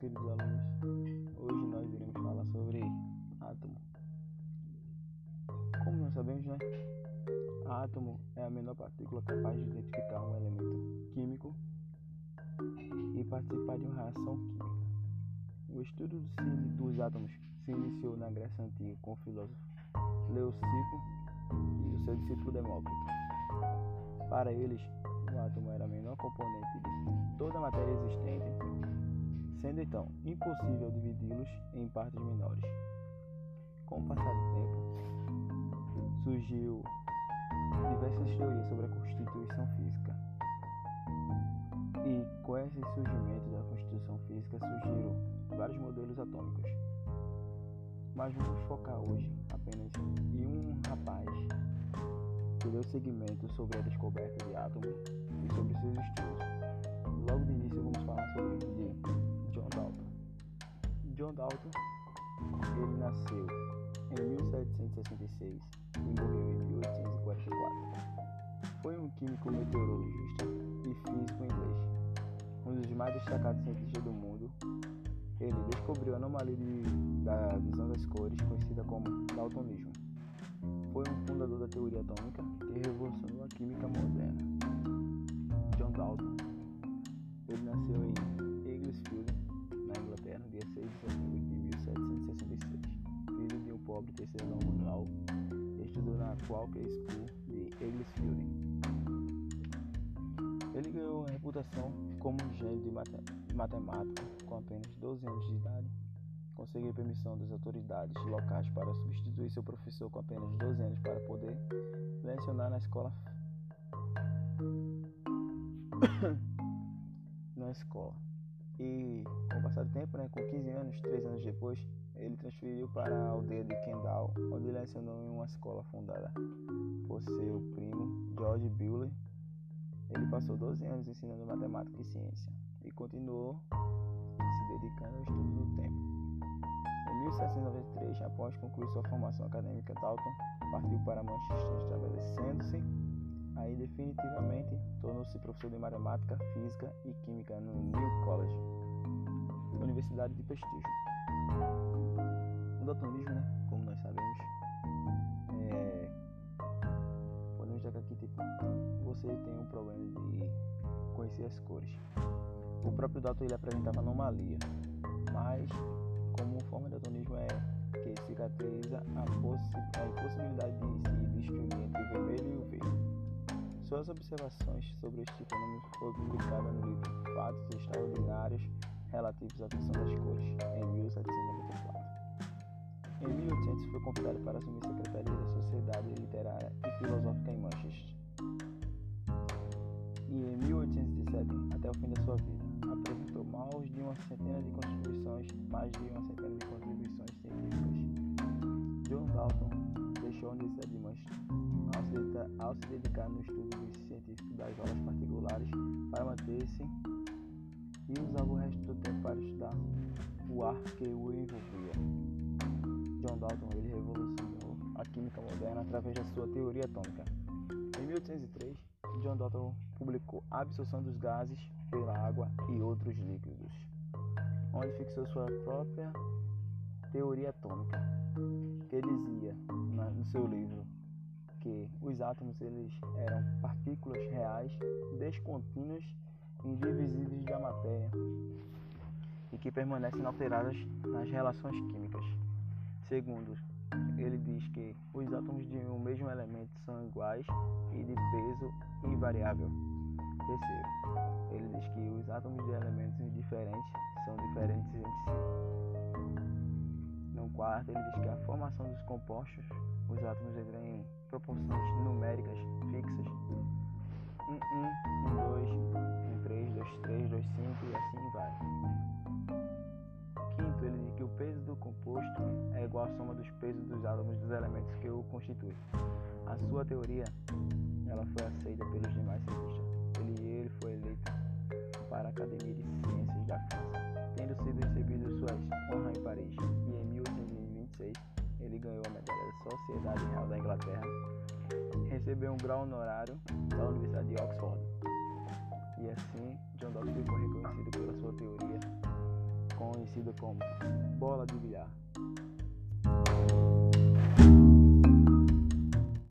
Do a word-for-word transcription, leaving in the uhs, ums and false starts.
queridos alunos. Hoje nós iremos falar sobre átomo. Como nós sabemos, né? Átomo é a menor partícula capaz de identificar um elemento químico e participar de uma reação química. O estudo dos átomos se iniciou na Grécia Antiga com o filósofo Leucipo e o seu discípulo Demócrito. Para eles, o átomo era o menor componente de toda a matéria existente, sendo então impossível dividi-los em partes menores. Com o passar do tempo, surgiu diversas teorias sobre a constituição física. E com esse surgimento da constituição física surgiram vários modelos atômicos. Mas vamos focar hoje apenas em um rapaz que deu seguimento sobre a descoberta de átomo e sobre seus estudos. Logo de início vamos falar sobre de John Dalton. John Dalton, ele nasceu em mil setecentos e sessenta e seis e morreu em mil oitocentos e quarenta e quatro. Foi um químico meteorologista e físico inglês, um dos mais destacados cientistas do mundo. Ele descobriu a anomalia de, da visão das cores, conhecida como daltonismo. Foi um fundador da teoria atômica que revolucionou a química moderna. John Dalton, ele nasceu em Ecclesfield, na Inglaterra, no dia seis de setembro de mil setecentos e sessenta e seis. Filho de um pobre terceirão manual, estudou na Quaker School de Ecclesfield. Ele ganhou a reputação como um gênio de matemática com apenas doze anos de idade. Conseguiu permissão das autoridades locais para substituir seu professor com apenas doze anos para poder lecionar na escola. na escola. E com o passar do tempo, né, com quinze anos, três anos depois, ele transferiu para a aldeia de Kendall, onde lecionou em uma escola fundada por seu primo George Bewley. Ele passou doze anos ensinando matemática e ciência e continuou se dedicando ao estudo do tempo. Em mil setecentos e noventa e três, após concluir sua formação acadêmica, Dalton partiu para Manchester, estabelecendo-se aí definitivamente, tornou-se professor de matemática, física e química no New College, universidade de prestígio. O daltonismo, né, como nós sabemos, é... podemos dizer que aqui tipo, você tem um problema de conhecer as cores. O próprio Dalton ele apresentava anomalia, mas como forma de daltonismo é que se caracteriza a, possi- a impossibilidade de se distinguir entre o vermelho e o verde. Suas observações sobre este fenômeno foram publicadas no livro Fatos Extraordinários Relativos à Visão das Cores, em mil setecentos e noventa e quatro. Em mil e oitocentos foi convidado para assumir a secretaria da Sociedade Literária e Filosófica em Manchester. E em mil oitocentos e dezessete, até o fim da sua vida, apresentou mais de uma centena de contribuições, mais de uma centena de contribuições científicas. John Dalton deixou a Universidade de Manchester ao se, dedicar, ao se dedicar no estudo científico das aulas particulares para manter-se e usava o resto do tempo para estudar o ar que o envolvia. John Dalton ele revolucionou a química moderna através da sua teoria atômica. Em mil oitocentos e três, John Dalton publicou A Absorção dos Gases pela Água e Outros Líquidos, onde fixou sua própria teoria atômica, que dizia na, no seu livro que os átomos eles eram partículas reais, descontínuas, indivisíveis da matéria e que permanecem inalteradas nas relações químicas. Segundo, ele diz que os átomos de um mesmo elemento são iguais e de peso invariável. Terceiro, ele diz que os átomos de elementos diferentes são diferentes entre si. No quarto, ele diz que a formação dos compostos, os átomos entram em proporções numéricas fixas, um, um, um, dois, um, três, dois, três, dois, cinco e assim vai. Quinto, ele diz que o peso do composto é igual à soma dos pesos dos átomos dos elementos que o constituem. A sua teoria ela foi aceita pelos demais cientistas. Ele, ele foi eleito para a Academia de Ciências da França, tendo sido recebido suas honras em Paris. E em mil oitocentos e vinte e seis, ele ganhou a medalha da Sociedade Real da Inglaterra, recebeu um grau honorário da Universidade de Oxford. E assim, John Dalton ficou reconhecido pela sua teoria com conhecida como bola de bilhar.